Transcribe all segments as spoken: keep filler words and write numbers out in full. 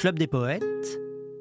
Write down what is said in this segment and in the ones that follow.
Club des poètes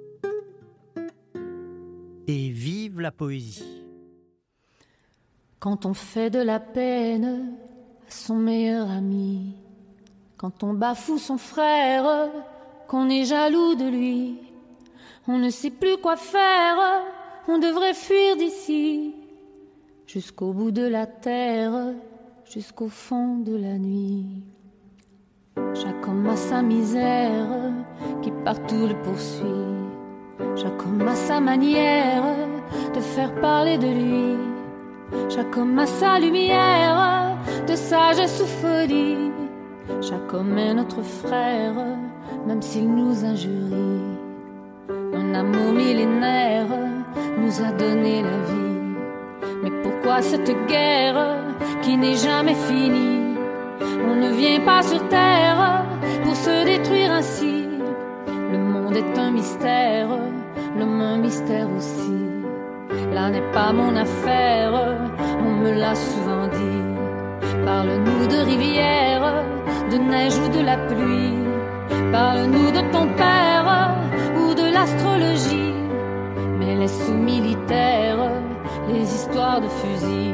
et vive la poésie. Quand on fait de la peine à son meilleur ami, quand on bafoue son frère, qu'on est jaloux de lui, on ne sait plus quoi faire, on devrait fuir d'ici, jusqu'au bout de la terre, jusqu'au fond de la nuit. Chaque homme a sa misère qui partout le poursuit. Chaque homme a sa manière de faire parler de lui. Chaque homme a sa lumière de sagesse ou folie. Chaque homme est notre frère, même s'il nous injurie. Un amour millénaire nous a donné la vie. Mais pourquoi cette guerre qui n'est jamais finie? On ne vient pas sur terre pour se détruire ainsi. Le monde est un mystère, l'homme un mystère aussi. Là n'est pas mon affaire, on me l'a souvent dit. Parle-nous de rivière, de neige ou de la pluie. Parle-nous de ton père ou de l'astrologie. Mais laisse aux militaires les histoires de fusils.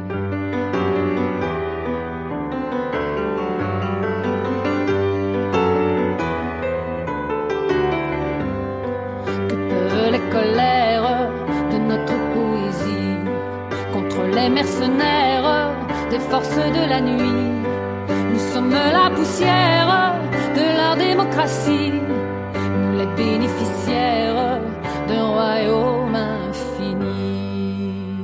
Colère de notre poésie contre les mercenaires des forces de la nuit. Nous sommes la poussière de leur démocratie, nous les bénéficiaires d'un royaume infini.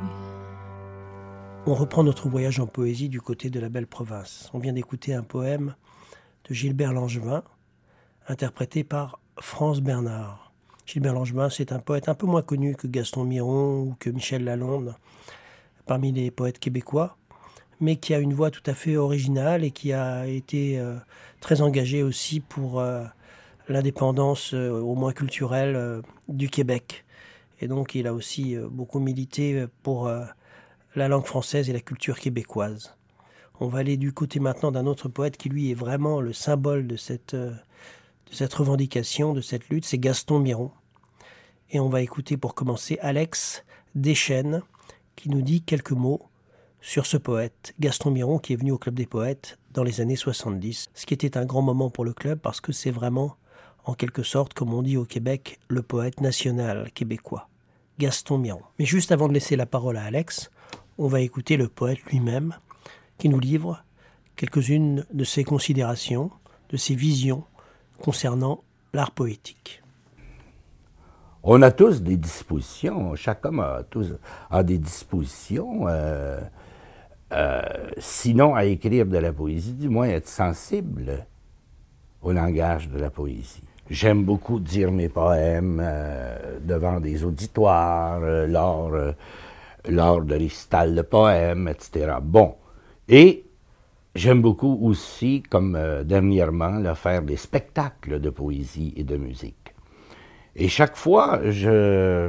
On reprend notre voyage en poésie du côté de la belle province. On vient d'écouter un poème de Gilbert Langevin, interprété par France Bernard. Gilbert Langevin, c'est un poète un peu moins connu que Gaston Miron ou que Michel Lalonde, parmi les poètes québécois, mais qui a une voix tout à fait originale et qui a été euh, très engagé aussi pour euh, l'indépendance, euh, au moins culturelle, euh, du Québec. Et donc, il a aussi euh, beaucoup milité pour euh, la langue française et la culture québécoise. On va aller du côté maintenant d'un autre poète qui, lui, est vraiment le symbole de cette... Euh, de cette revendication, de cette lutte, c'est Gaston Miron. Et on va écouter pour commencer Alex Deschênes qui nous dit quelques mots sur ce poète, Gaston Miron, qui est venu au Club des poètes dans les années soixante-dix, ce qui était un grand moment pour le club parce que c'est vraiment, en quelque sorte, comme on dit au Québec, le poète national québécois, Gaston Miron. Mais juste avant de laisser la parole à Alex, on va écouter le poète lui-même qui nous livre quelques-unes de ses considérations, de ses visions concernant l'art poétique. On a tous des dispositions, chaque homme a, tous, a des dispositions, euh, euh, sinon à écrire de la poésie, du moins être sensible au langage de la poésie. J'aime beaucoup dire mes poèmes euh, devant des auditoires, euh, lors, euh, lors de récitals de poèmes, et cetera. Bon, et j'aime beaucoup aussi, comme euh, dernièrement, là, faire des spectacles de poésie et de musique. Et chaque fois, je,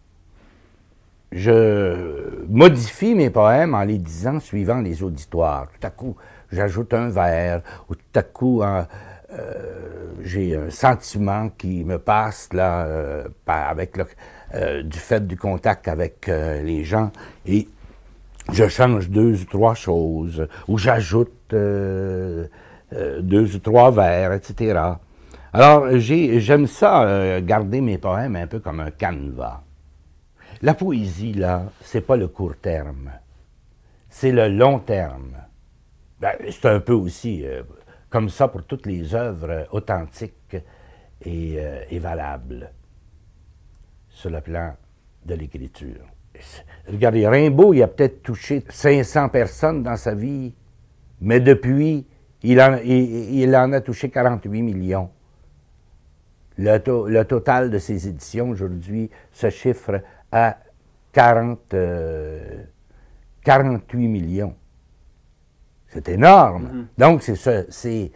je modifie mes poèmes en les disant suivant les auditoires. Tout à coup, j'ajoute un vers, ou tout à coup, hein, euh, j'ai un sentiment qui me passe là, euh, avec le, euh, du fait du contact avec euh, les gens, et je change deux ou trois choses, ou j'ajoute euh, euh, deux ou trois vers, et cetera. Alors, j'ai, j'aime ça, euh, garder mes poèmes un peu comme un canevas. La poésie, là, c'est pas le court terme, c'est le long terme. Ben, c'est un peu aussi euh, comme ça pour toutes les œuvres authentiques et, euh, et valables sur le plan de l'écriture. Regardez, Rimbaud, il a peut-être touché cinq cents personnes dans sa vie, mais depuis, il en, il, il en a touché quarante-huit millions. Le, to, le total de ses éditions aujourd'hui se chiffre à quarante, euh, quarante-huit millions. C'est énorme. Mm-hmm. Donc, c'est, ce, c'est,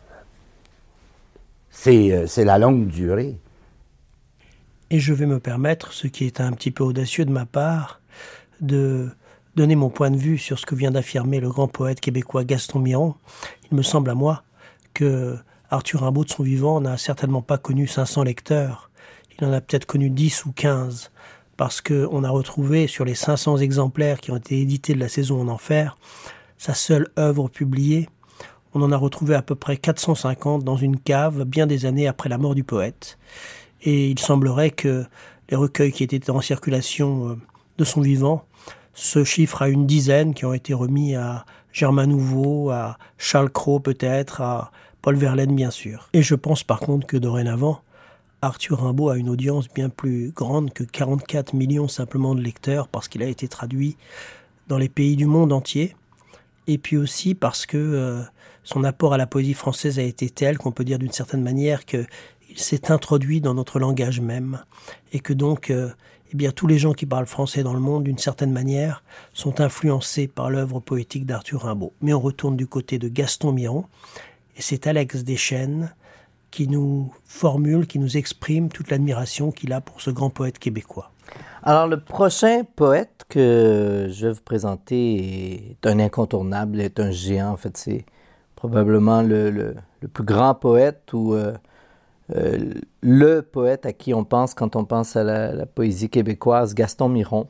c'est, c'est la longue durée. Et je vais me permettre, ce qui est un petit peu audacieux de ma part, de donner mon point de vue sur ce que vient d'affirmer le grand poète québécois Gaston Miron. Il me semble à moi que, Arthur Rimbaud, de son vivant, n'a certainement pas connu cinq cents lecteurs. Il en a peut-être connu dix ou quinze, parce qu'on a retrouvé sur les cinq cents exemplaires qui ont été édités de La Saison en Enfer, sa seule œuvre publiée. On en a retrouvé à peu près quatre cent cinquante dans une cave, bien des années après la mort du poète. Et il semblerait que les recueils qui étaient en circulation de son vivant se chiffrent à une dizaine, qui ont été remis à Germain Nouveau, à Charles Cros peut-être, à Paul Verlaine bien sûr. Et je pense par contre que dorénavant, Arthur Rimbaud a une audience bien plus grande que quarante-quatre millions simplement de lecteurs, parce qu'il a été traduit dans les pays du monde entier. Et puis aussi parce que euh, son apport à la poésie française a été tel qu'on peut dire d'une certaine manière qu'il s'est introduit dans notre langage même. Et que donc, euh, eh bien, tous les gens qui parlent français dans le monde, d'une certaine manière, sont influencés par l'œuvre poétique d'Arthur Rimbaud. Mais on retourne du côté de Gaston Miron, et c'est Alex Deschênes qui nous formule, qui nous exprime toute l'admiration qu'il a pour ce grand poète québécois. Alors, le prochain poète que je vais vous présenter est un incontournable, est un géant. En fait, c'est probablement le, le, le plus grand poète ou euh, euh, le poète à qui on pense quand on pense à la, la poésie québécoise, Gaston Miron.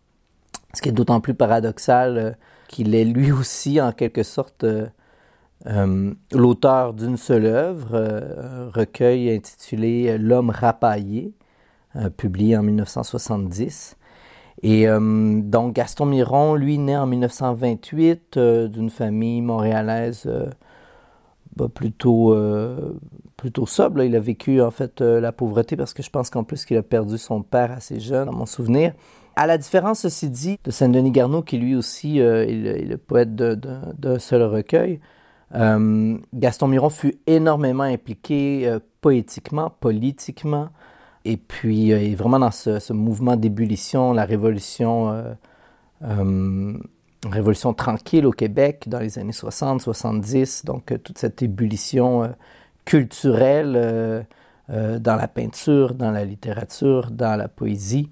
Ce qui est d'autant plus paradoxal euh, qu'il est lui aussi, en quelque sorte, euh, euh, l'auteur d'une seule œuvre, euh, un recueil intitulé « L'homme rapaillé », Euh, publié en dix-neuf cent soixante-dix. Et euh, donc, Gaston Miron, lui, né en dix-neuf cent vingt-huit euh, d'une famille montréalaise euh, bah, plutôt, euh, plutôt sobre. Là. Il a vécu, en fait, euh, la pauvreté parce que je pense qu'en plus qu'il a perdu son père assez jeune, dans mon souvenir. À la différence, ceci dit, de Saint-Denis Garneau, qui lui aussi euh, est, le, est le poète de, de, d'un seul recueil, euh, Gaston Miron fut énormément impliqué euh, poétiquement, politiquement, et puis, euh, vraiment dans ce, ce mouvement d'ébullition, la révolution, euh, euh, révolution tranquille au Québec dans les années soixante soixante-dix, donc euh, toute cette ébullition euh, culturelle euh, euh, dans la peinture, dans la littérature, dans la poésie.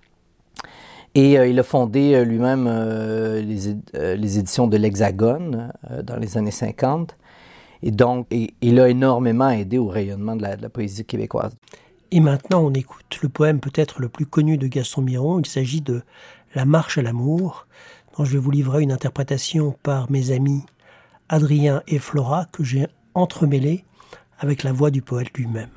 Et euh, il a fondé euh, lui-même euh, les, euh, les éditions de l'Hexagone euh, dans les années cinquante. Et donc, et, il a énormément aidé au rayonnement de la, de la poésie québécoise. Et maintenant, on écoute le poème peut-être le plus connu de Gaston Miron. Il s'agit de La marche à l'amour, dont je vais vous livrer une interprétation par mes amis Adrien et Flora, que j'ai entremêlée avec la voix du poète lui-même.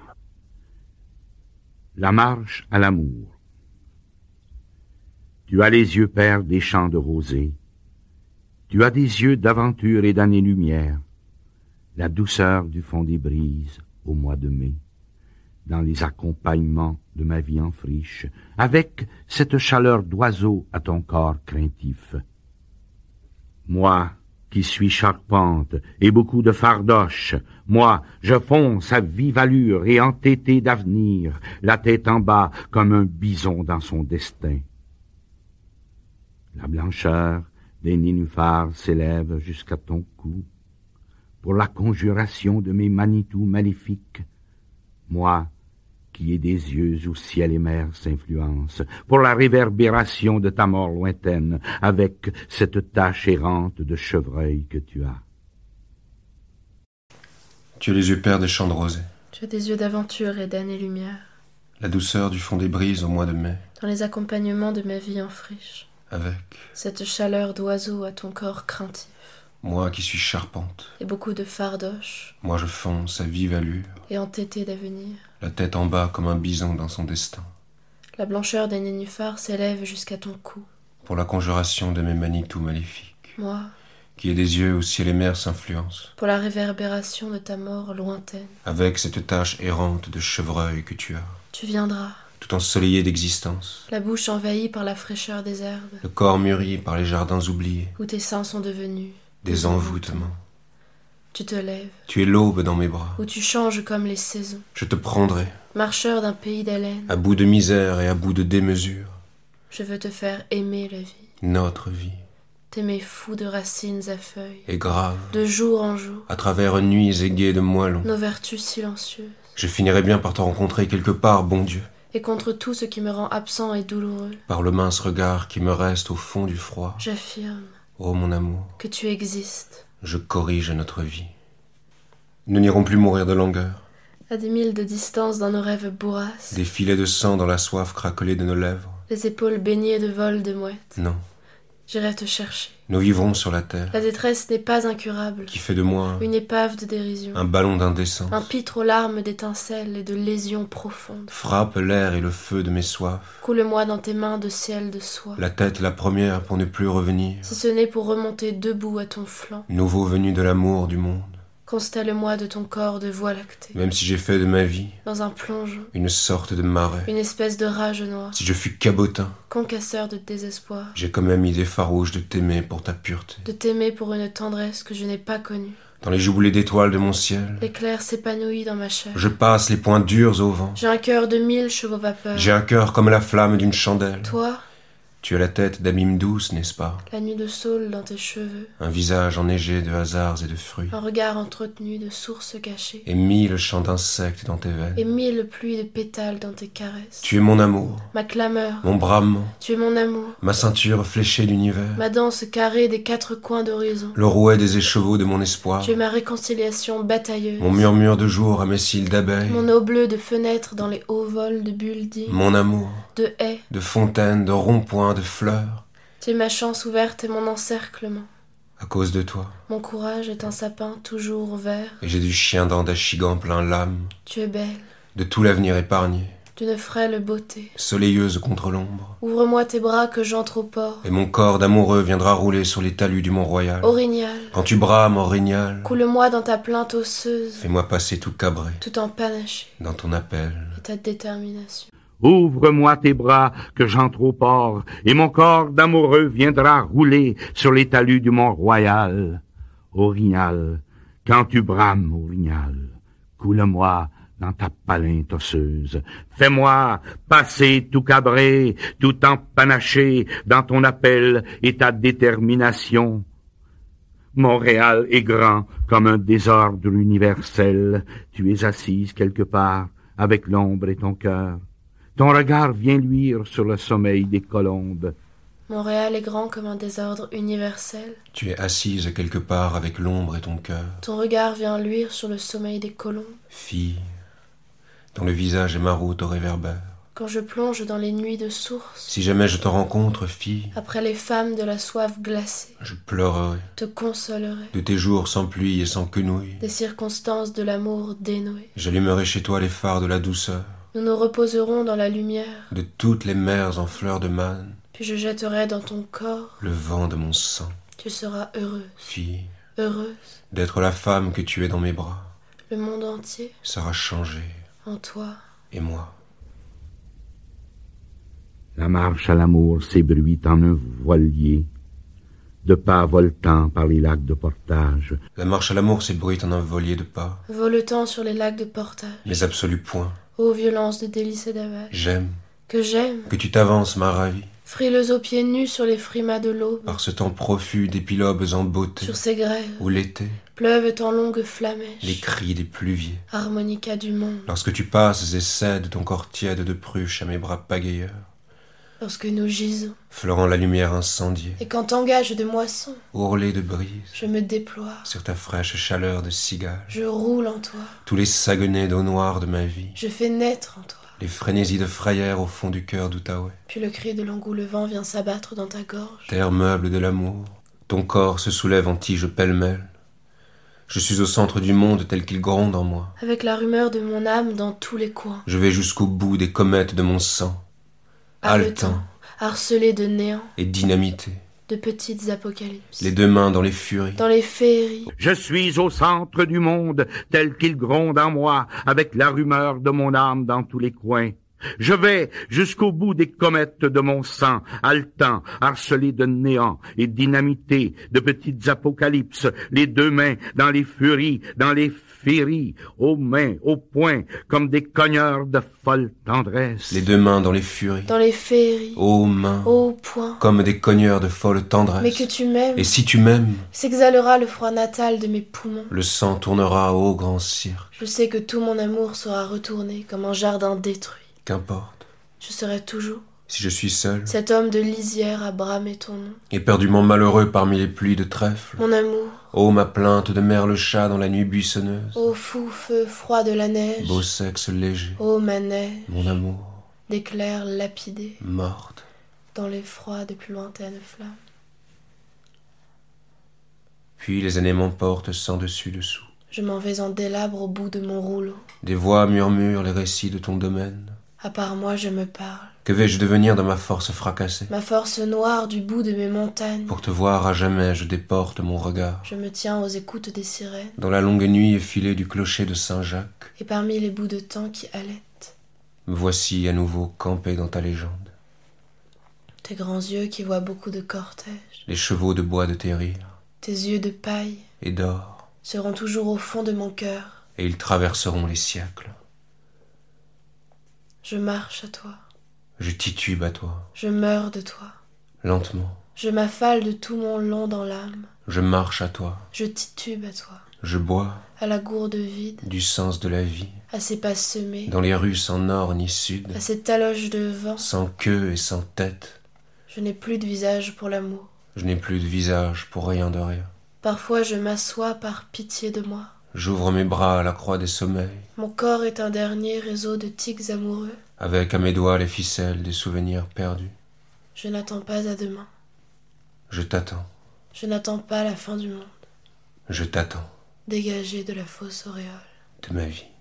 La marche à l'amour. Tu as les yeux pères des champs de rosée. Tu as des yeux d'aventure et d'année-lumière, la douceur du fond des brises au mois de mai. Dans les accompagnements de ma vie en friche, avec cette chaleur d'oiseau à ton corps craintif. Moi, qui suis charpente et beaucoup de fardoche, moi, je fonce à vive allure et entêté d'avenir, la tête en bas comme un bison dans son destin. La blancheur des nénuphars s'élève jusqu'à ton cou, pour la conjuration de mes Manitou maléfiques, moi, qui ai des yeux où ciel et mer s'influencent, pour la réverbération de ta mort lointaine, avec cette tache errante de chevreuil que tu as. Tu as les yeux pères des champs de rosée. Tu as des yeux d'aventure et d'année-lumière. La douceur du fond des brises au mois de mai. Dans les accompagnements de ma vie en friche. Avec cette chaleur d'oiseau à ton corps craintif. Moi qui suis charpente. Et beaucoup de fardoche. Moi je fonce à vive allure. Et entêté d'avenir. La tête en bas comme un bison dans son destin. La blancheur des nénuphars s'élève jusqu'à ton cou. Pour la conjuration de mes Manitou maléfiques. Moi qui ai des yeux où ciel et mer s'influencent. Pour la réverbération de ta mort lointaine. Avec cette tache errante de chevreuil que tu as. Tu viendras. Tout ensoleillé d'existence. La bouche envahie par la fraîcheur des herbes. Le corps mûri par les jardins oubliés. Où tes seins sont devenus des envoûtements. Tu te lèves. Tu es l'aube dans mes bras. Où tu changes comme les saisons. Je te prendrai. Marcheur d'un pays d'haleine. À bout de misère et à bout de démesure. Je veux te faire aimer la vie. Notre vie. T'aimer fou de racines à feuilles. Et grave. De jour en jour. À travers nuits aiguës de moellons. Nos vertus silencieuses. Je finirai bien par te rencontrer quelque part, bon Dieu. Et contre tout ce qui me rend absent et douloureux. Par le mince regard qui me reste au fond du froid. J'affirme. Ô mon amour. Que tu existes. Je corrige notre vie. Nous n'irons plus mourir de langueur. À des milles de distance dans nos rêves bourrasques. Des filets de sang dans la soif craquelée de nos lèvres. Les épaules baignées de vols de mouettes. Non. J'irai te chercher. Nous vivrons sur la terre. La détresse n'est pas incurable. Qui fait de moi Une épave de dérision. un ballon d'indécence. Un pitre aux larmes d'étincelles et de lésions profondes. Frappe l'air et le feu de mes soifs. Coule-moi dans tes mains de ciel de soie. La tête la première pour ne plus revenir. Si ce n'est pour remonter debout à ton flanc. Nouveau venu de l'amour du monde. Constelle-moi de ton corps de voie lactée. Même si j'ai fait de ma vie Dans un plongeon. une sorte de marais. Une espèce de rage noire. Si je fus cabotin, Concasseur de désespoir. j'ai quand même idée farouche de t'aimer pour ta pureté. De t'aimer pour une tendresse que je n'ai pas connue. Dans les joublés d'étoiles de mon ciel, L'éclair s'épanouit dans ma chair. je passe les poings durs au vent. J'ai un cœur de mille chevaux vapeur. J'ai un cœur comme la flamme d'une chandelle. Toi, Tu as la tête d'abîme douce, n'est-ce pas? la nuit de saule dans tes cheveux. Un visage enneigé de hasards et de fruits. Un regard entretenu de sources cachées. Et mille chants d'insectes dans tes veines. Et mille pluies de pétales dans tes caresses. Tu es mon amour, Ma clameur. mon bramement, Tu es mon amour. ma ceinture fléchée d'univers. Ma danse carrée des quatre coins d'horizon. Le rouet des écheveaux de mon espoir. Tu es ma réconciliation batailleuse. Mon murmure de jour à mes cils d'abeilles. Mon eau bleue de fenêtres dans les hauts vols de bulles dignes. Mon amour, De haies. de fontaines, de ronds-points, de fleurs. Tu es ma chance ouverte et mon encerclement. À cause de toi. Mon courage est un sapin toujours vert. Et j'ai du chien dent d'achigan plein l'âme. Tu es belle, De tout l'avenir épargné. d'une frêle beauté. Soleilleuse contre l'ombre. Ouvre-moi tes bras que j'entre au port. Et mon corps d'amoureux viendra rouler sur les talus du Mont-Royal. Orignal, Quand tu brames, Orignal, coule-moi dans ta plainte osseuse, fais-moi passer tout cabré tout en panaché, dans ton appel. et ta détermination. Ouvre-moi tes bras, que j'entre au port, et mon corps d'amoureux viendra rouler sur les talus du Mont-Royal. Orignal, quand tu brames, Orignal, coule-moi dans ta palinte osseuse. Fais-moi passer tout cabré, tout empanaché dans ton appel et ta détermination. Montréal est grand comme un désordre universel. Tu es assise quelque part avec l'ombre et ton cœur. Ton regard vient luire sur le sommeil des colombes. Montréal est grand comme un désordre universel. Tu es assise quelque part avec l'ombre et ton cœur. Ton regard vient luire sur le sommeil des colombes. Fille, dont le visage est ma route au réverbère. Quand je plonge dans les nuits de source, Si jamais je te rencontre, fille, après les femmes de la soif glacée, je pleurerai te consolerai. de tes jours sans pluie et sans quenouille. Des circonstances de l'amour dénouées. J'allumerai chez toi les phares de la douceur, Nous nous reposerons dans la lumière, de toutes les mers en fleurs de manne, puis je jetterai dans ton corps. le vent de mon sang. Tu seras heureuse, Fille, heureuse. d'être la femme que tu es dans mes bras, Le monde entier, sera changé, en toi. et moi. La marche à l'amour s'ébruite en un voilier, de pas voletant par les lacs de portage. La marche à l'amour s'ébruite en un volier de pas, Voletant sur les lacs de portage. mais absolu point. Ô violence de délices et d'avage. J'aime Que j'aime, que tu t'avances, ma ravie, frileuse aux pieds nus sur les frimas de l'aube. par ce temps profus d'épilobes en beauté, Sur ces grèves, où l'été, pleuvent en longues flamèches. les cris des pluviers. Harmonica du monde. Lorsque tu passes et cèdes ton corps tiède de pruche à mes bras pagayeurs, Lorsque nous gisons, fleurant la lumière incendiée, et quand t'engages de moissons, ourlés de brise, je me déploie. sur ta fraîche chaleur de cigale, Je roule en toi. tous les saguenets d'eau noire de ma vie, Je fais naître en toi. les frénésies de frayère au fond du cœur d'Outaouais, Puis le cri de l'engoulevent vient s'abattre dans ta gorge. terre meuble de l'amour, ton corps se soulève en tige pêle-mêle. Je suis au centre du monde tel qu'il gronde en moi. Avec la rumeur de mon âme dans tous les coins. Je vais jusqu'au bout des comètes de mon sang, haletant harcelé de néant, et dynamité, de petites apocalypses. les deux mains dans les furies. Dans les féeries, Je suis au centre du monde, tel qu'il gronde en moi, avec la rumeur de mon âme dans tous les coins. Je vais jusqu'au bout des comètes de mon sang, haletant, harcelé de néant et dynamité, de petites apocalypses, les deux mains dans les furies, dans les féeries, aux mains, aux poings, comme des cogneurs de folle tendresse. Les deux mains dans les furies, dans les féeries, aux mains, au point. comme des cogneurs de folle tendresse. Mais que tu m'aimes, Et si tu m'aimes, s'exhalera le froid natal de mes poumons. le sang tournera au grand cirque. Je sais que tout mon amour sera retourné comme un jardin détruit. Qu'importe, Je serai toujours si je suis seul, cet homme de lisière à bramer ton nom. éperdument malheureux parmi les pluies de trèfle, Mon amour, Ô ma plainte de merle-chat dans la nuit buissonneuse. Ô fou feu froid de la neige. Beau sexe léger. Ô ma neige. Mon amour. D'éclairs lapidés. Morte. Dans l'effroi des plus lointaines flammes. Puis les années m'emportent sans dessus-dessous. Je m'en vais en délabre au bout de mon rouleau. Des voix murmurent les récits de ton domaine. À part moi, je me parle. Que vais-je devenir de ma force fracassée? Ma force noire du bout de mes montagnes. Pour te voir à jamais, je déporte mon regard. Je me tiens aux écoutes des sirènes. Dans la longue nuit effilée du clocher de Saint-Jacques. Et parmi les bouts de temps qui halètent. Me voici à nouveau campé dans ta légende. Tes grands yeux qui voient beaucoup de cortèges. Les chevaux de bois de tes rires. Tes yeux de paille. Et d'or. Seront toujours au fond de mon cœur. Et ils traverseront les siècles. Je marche à toi. Je titube à toi. Je meurs de toi. Lentement. Je m'affale de tout mon long dans l'âme. Je marche à toi. Je titube à toi. Je bois. À la gourde vide. Du sens de la vie. À ces pas semés. Dans les rues sans nord ni sud. À ces taloches de vent. Sans queue et sans tête. Je n'ai plus de visage pour l'amour. Je n'ai plus de visage pour rien de rien. Parfois je m'assois par pitié de moi. J'ouvre mes bras à la croix des sommeils. Mon corps est un dernier réseau de tiques amoureux. Avec à mes doigts les ficelles des souvenirs perdus. Je n'attends pas à demain. Je t'attends. Je n'attends pas la fin du monde. Je t'attends. Dégagé de la fausse auréole. De ma vie.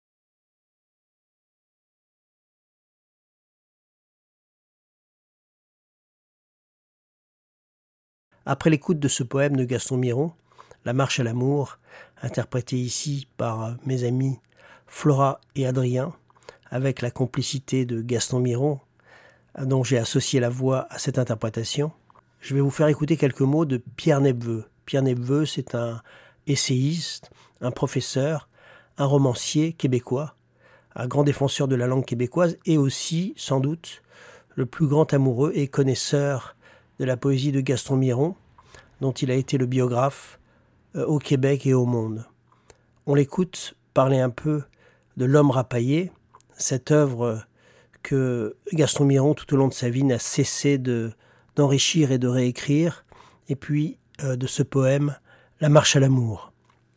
Après l'écoute de ce poème de Gaston Miron, La marche à l'amour, interprété ici par mes amis Flora et Adrien, avec la complicité de Gaston Miron, dont j'ai associé la voix à cette interprétation, je vais vous faire écouter quelques mots de Pierre Nepveu. Pierre Nepveu, c'est un essayiste, un professeur, un romancier québécois, un grand défenseur de la langue québécoise et aussi, sans doute, le plus grand amoureux et connaisseur de la poésie de Gaston Miron, dont il a été le biographe euh, au Québec et au monde. On l'écoute parler un peu de L'homme rapaillé, cette œuvre que Gaston Miron, tout au long de sa vie, n'a cessé de, d'enrichir et de réécrire, et puis euh, de ce poème « La marche à l'amour ».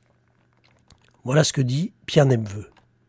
Voilà ce que dit Pierre Nepveu.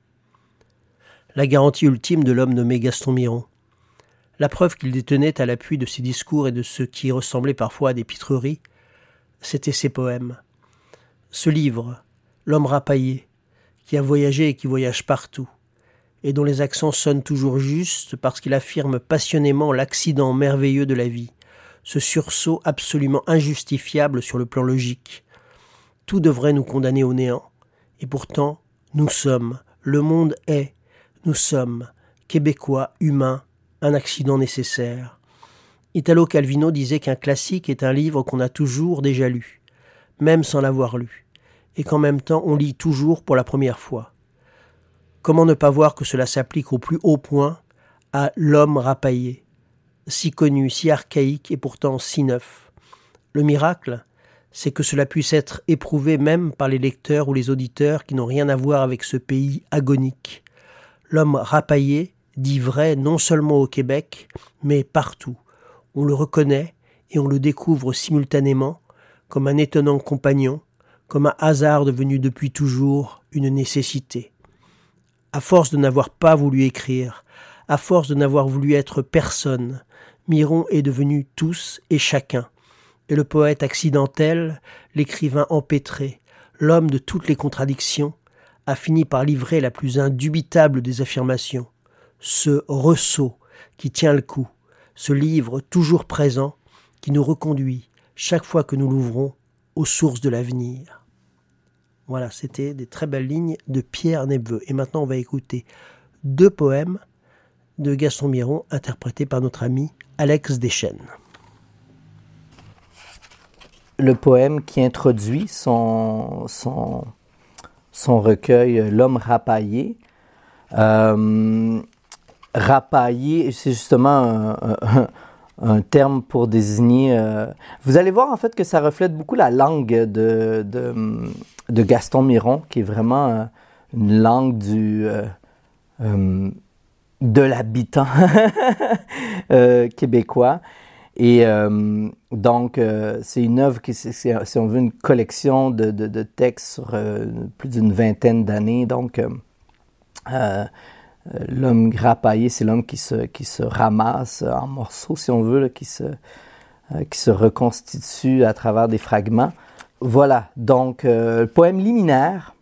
La garantie ultime de l'homme nommé Gaston Miron. La preuve qu'il détenait à l'appui de ses discours et de ce qui ressemblait parfois à des pitreries, c'était ses poèmes. Ce livre, L'homme rapaillé, qui a voyagé et qui voyage partout, et dont les accents sonnent toujours justes parce qu'il affirme passionnément l'accident merveilleux de la vie, ce sursaut absolument injustifiable sur le plan logique. Tout devrait nous condamner au néant, et pourtant, nous sommes, le monde est, nous sommes, Québécois, humains, un accident nécessaire. Italo Calvino disait qu'un classique est un livre qu'on a toujours déjà lu, même sans l'avoir lu, et qu'en même temps on lit toujours pour la première fois. Comment ne pas voir que cela s'applique au plus haut point à L'homme rapaillé, si connu, si archaïque et pourtant si neuf. Le miracle, c'est que cela puisse être éprouvé même par les lecteurs ou les auditeurs qui n'ont rien à voir avec ce pays agonique. L'homme rapaillé dit vrai non seulement au Québec, mais partout. On le reconnaît et on le découvre simultanément comme un étonnant compagnon, comme un hasard devenu depuis toujours une nécessité. À force de n'avoir pas voulu écrire, à force de n'avoir voulu être personne, Miron est devenu tous et chacun. Et le poète accidentel, l'écrivain empêtré, l'homme de toutes les contradictions, a fini par livrer la plus indubitable des affirmations. Ce ressaut qui tient le coup, ce livre toujours présent qui nous reconduit, chaque fois que nous l'ouvrons, aux sources de l'avenir. Voilà, c'était des très belles lignes de Pierre Nepveu. Et maintenant, on va écouter deux poèmes de Gaston Miron, interprétés par notre ami Alex Deschênes. Le poème qui introduit son, son, son recueil « L'homme rapaillé ». Euh, rapaillé, c'est justement un, un, un terme pour désigner... Euh, vous allez voir en fait que ça reflète beaucoup la langue de, de, de Gaston Miron, qui est vraiment une langue du, euh, euh, de l'habitant euh, québécois. Et euh, donc, euh, c'est une œuvre qui, c'est, c'est, si on veut, une collection de, de, de textes sur euh, plus d'une vingtaine d'années. Donc, euh, euh, l'homme grapaillé, c'est l'homme qui se, qui se ramasse en morceaux, si on veut, là, qui, se, euh, qui se reconstitue à travers des fragments. Voilà, donc, euh, le poème liminaire.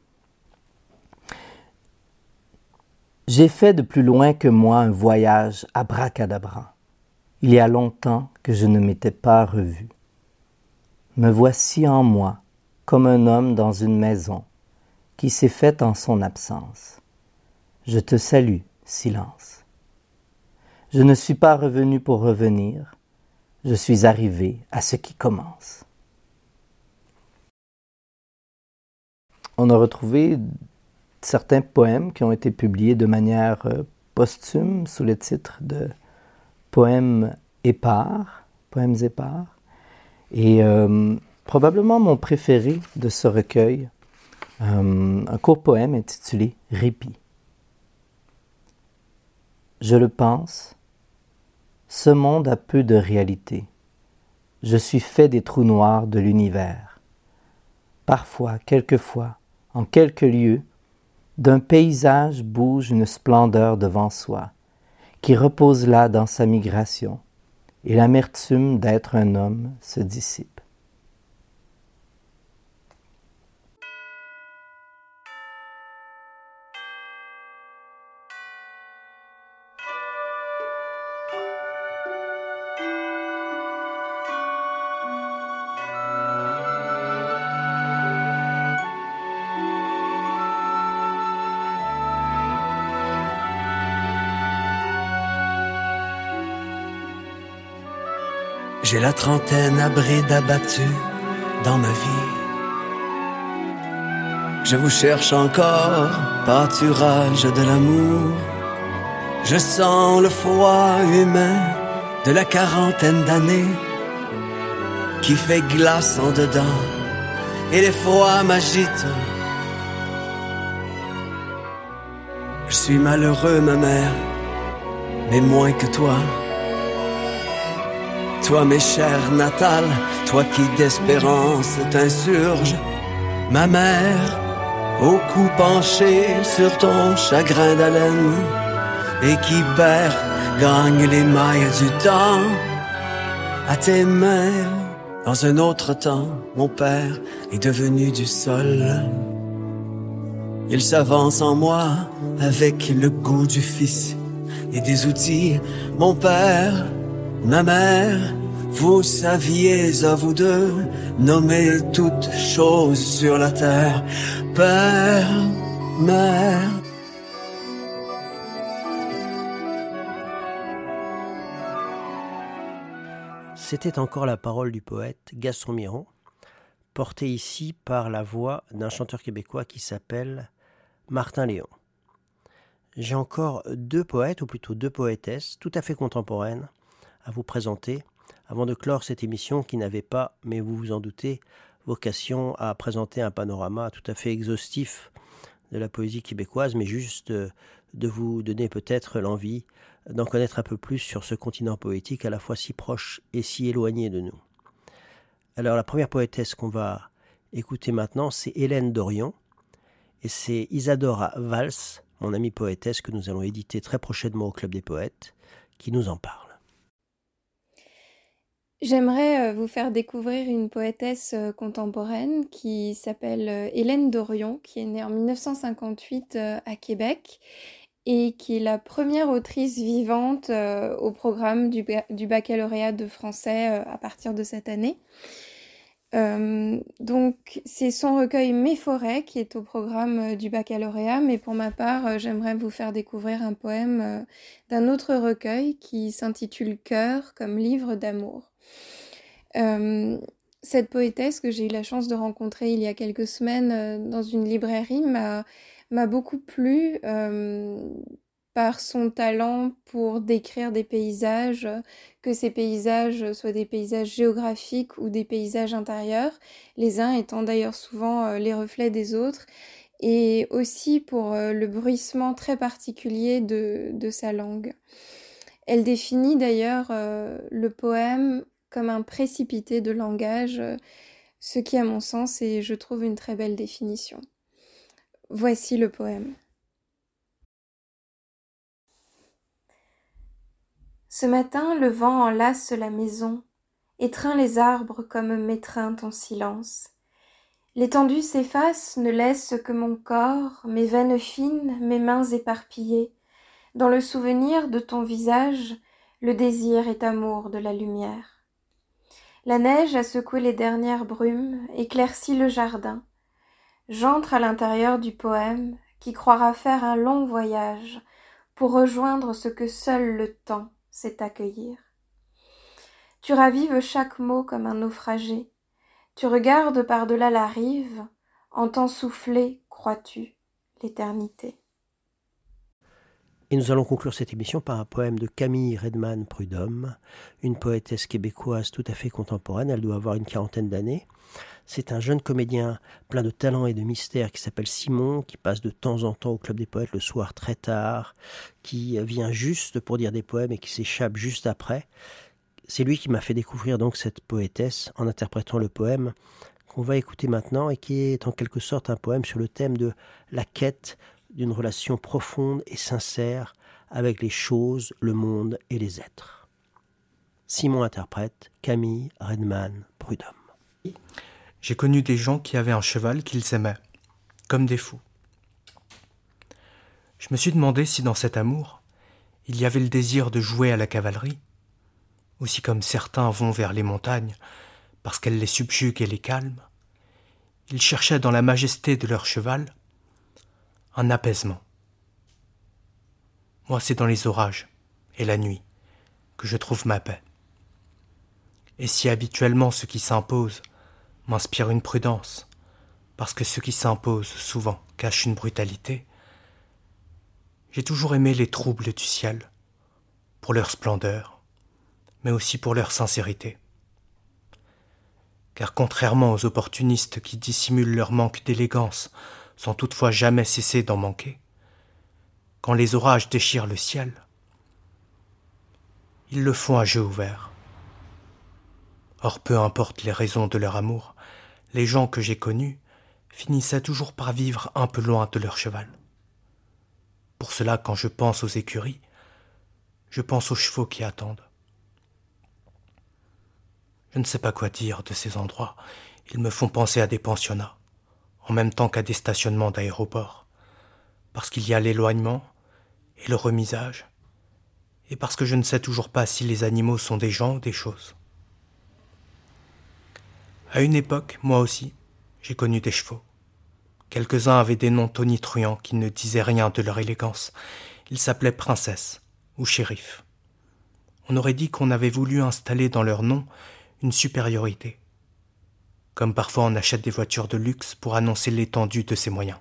J'ai fait de plus loin que moi un voyage abracadabrant. Il y a longtemps que je ne m'étais pas revu. Me voici en moi, comme un homme dans une maison, qui s'est fait en son absence. Je te salue, silence. Je ne suis pas revenu pour revenir, je suis arrivé à ce qui commence. On a retrouvé certains poèmes qui ont été publiés de manière euh, posthume sous le titre de Poèmes épars, Poèmes épars. Et euh, probablement mon préféré de ce recueil, euh, un court poème intitulé Répit. Je le pense, ce monde a peu de réalité. Je suis fait des trous noirs de l'univers. Parfois, quelquefois, en quelques lieux, d'un paysage bouge une splendeur devant soi, qui repose là dans sa migration, et l'amertume d'être un homme se dissipe. J'ai la trentaine à bride abattue dans ma vie. Je vous cherche encore, pâturage de l'amour. Je sens le froid humain de la quarantaine d'années qui fait glace en dedans et les froids m'agitent. Je suis malheureux, ma mère, mais moins que toi. Toi, mes chères natales, toi qui d'espérance t'insurges, ma mère, au cou penché sur ton chagrin d'haleine, et qui perd, gagne les mailles du temps, à tes mains, dans un autre temps, mon père est devenu du sol. Il s'avance en moi avec le goût du fils et des outils, mon père, ma mère, vous saviez à vous deux nommer toutes choses sur la terre. Père, mère. C'était encore la parole du poète Gaston Miron, portée ici par la voix d'un chanteur québécois qui s'appelle Martin Léon. J'ai encore deux poètes, ou plutôt deux poétesses, tout à fait contemporaines, à vous présenter, avant de clore cette émission qui n'avait pas, mais vous vous en doutez, vocation à présenter un panorama tout à fait exhaustif de la poésie québécoise, mais juste de vous donner peut-être l'envie d'en connaître un peu plus sur ce continent poétique à la fois si proche et si éloigné de nous. Alors la première poétesse qu'on va écouter maintenant, c'est Hélène Dorion, et c'est Isadora Valls, mon amie poétesse que nous allons éditer très prochainement au Club des Poètes, qui nous en parle. J'aimerais vous faire découvrir une poétesse contemporaine qui s'appelle Hélène Dorion, qui est née en dix-neuf cent cinquante-huit à Québec et qui est la première autrice vivante au programme du, du baccalauréat de français à partir de cette année. Euh, donc c'est son recueil Mes forêts qui est au programme du baccalauréat, mais pour ma part j'aimerais vous faire découvrir un poème d'un autre recueil qui s'intitule Cœur comme livre d'amour. Euh, cette poétesse que j'ai eu la chance de rencontrer il y a quelques semaines euh, dans une librairie m'a, m'a beaucoup plu euh, par son talent pour décrire des paysages, que ces paysages soient des paysages géographiques ou des paysages intérieurs, les uns étant d'ailleurs souvent euh, les reflets des autres, et aussi pour euh, le bruissement très particulier de, de sa langue. Elle définit d'ailleurs euh, le poème comme un précipité de langage, euh, ce qui à mon sens est, je trouve, une très belle définition. Voici le poème. Ce matin, le vent enlace la maison, étreint les arbres comme m'étreint ton silence. L'étendue s'efface, ne laisse que mon corps, mes veines fines, mes mains éparpillées. Dans le souvenir de ton visage, le désir est amour de la lumière. La neige a secoué les dernières brumes, éclairci le jardin. J'entre à l'intérieur du poème, qui croira faire un long voyage, pour rejoindre ce que seul le temps sait accueillir. Tu ravives chaque mot comme un naufragé. Tu regardes par-delà la rive, entends souffler, crois-tu, l'éternité. Et nous allons conclure cette émission par un poème de Camille Redman Prudhomme, une poétesse québécoise tout à fait contemporaine, elle doit avoir une quarantaine d'années. C'est un jeune comédien plein de talent et de mystère qui s'appelle Simon, qui passe de temps en temps au Club des Poètes le soir très tard, qui vient juste pour dire des poèmes et qui s'échappe juste après. C'est lui qui m'a fait découvrir donc cette poétesse en interprétant le poème qu'on va écouter maintenant et qui est en quelque sorte un poème sur le thème de la quête d'une relation profonde et sincère avec les choses, le monde et les êtres. Simon interprète Camille Redman Prudhomme. J'ai connu des gens qui avaient un cheval qu'ils aimaient, comme des fous. Je me suis demandé si dans cet amour, il y avait le désir de jouer à la cavalerie, ou si comme certains vont vers les montagnes, parce qu'elles les subjuguent et les calment, ils cherchaient dans la majesté de leur cheval un apaisement. Moi, c'est dans les orages et la nuit que je trouve ma paix. Et si habituellement ce qui s'impose m'inspire une prudence, parce que ce qui s'impose souvent cache une brutalité, j'ai toujours aimé les troubles du ciel, pour leur splendeur, mais aussi pour leur sincérité. Car contrairement aux opportunistes qui dissimulent leur manque d'élégance sans toutefois jamais cesser d'en manquer, quand les orages déchirent le ciel, ils le font à jeu ouvert. Or, peu importe les raisons de leur amour, les gens que j'ai connus finissaient toujours par vivre un peu loin de leur cheval. Pour cela, quand je pense aux écuries, je pense aux chevaux qui attendent. Je ne sais pas quoi dire de ces endroits. Ils me font penser à des pensionnats, en même temps qu'à des stationnements d'aéroports, parce qu'il y a l'éloignement et le remisage, et parce que je ne sais toujours pas si les animaux sont des gens ou des choses. À une époque, moi aussi, j'ai connu des chevaux. Quelques-uns avaient des noms tonitruants qui ne disaient rien de leur élégance. Ils s'appelaient princesse ou shérif. On aurait dit qu'on avait voulu installer dans leur nom une supériorité, comme parfois on achète des voitures de luxe pour annoncer l'étendue de ses moyens.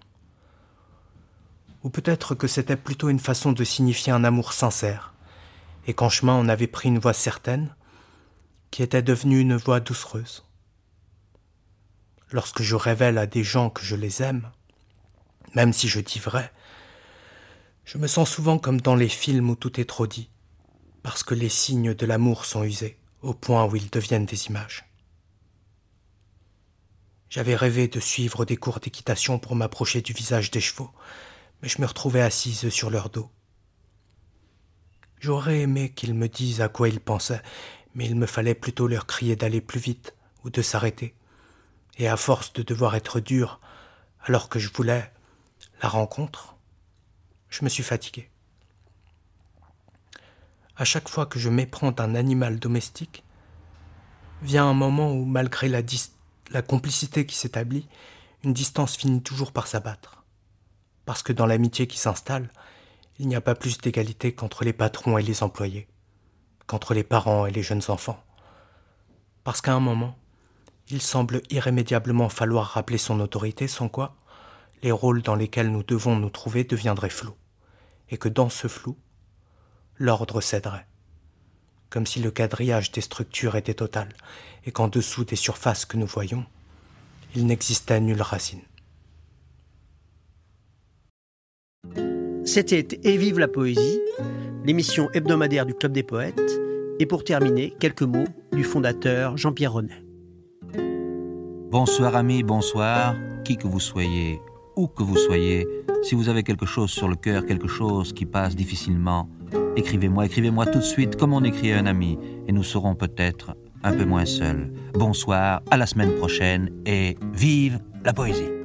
Ou peut-être que c'était plutôt une façon de signifier un amour sincère, et qu'en chemin on avait pris une voie certaine, qui était devenue une voie doucereuse. Lorsque je révèle à des gens que je les aime, même si je dis vrai, je me sens souvent comme dans les films où tout est trop dit, parce que les signes de l'amour sont usés, au point où ils deviennent des images. J'avais rêvé de suivre des cours d'équitation pour m'approcher du visage des chevaux, mais je me retrouvais assise sur leur dos. J'aurais aimé qu'ils me disent à quoi ils pensaient, mais il me fallait plutôt leur crier d'aller plus vite ou de s'arrêter. Et à force de devoir être dur, alors que je voulais la rencontre, je me suis fatigué. À chaque fois que je m'éprends d'un animal domestique, vient un moment où, malgré la, dis- la complicité qui s'établit, une distance finit toujours par s'abattre. Parce que dans l'amitié qui s'installe, il n'y a pas plus d'égalité qu'entre les patrons et les employés, qu'entre les parents et les jeunes enfants. Parce qu'à un moment, il semble irrémédiablement falloir rappeler son autorité, sans quoi les rôles dans lesquels nous devons nous trouver deviendraient flous, et que dans ce flou, l'ordre céderait, comme si le quadrillage des structures était total, et qu'en dessous des surfaces que nous voyons, il n'existait nulle racine. C'était Et vive la poésie, l'émission hebdomadaire du Club des Poètes. Et pour terminer, quelques mots du fondateur Jean-Pierre Ronet. Bonsoir amis, bonsoir, qui que vous soyez, où que vous soyez, si vous avez quelque chose sur le cœur, quelque chose qui passe difficilement, écrivez-moi, écrivez-moi tout de suite comme on écrit à un ami, et nous serons peut-être un peu moins seuls. Bonsoir, à la semaine prochaine, et vive la poésie!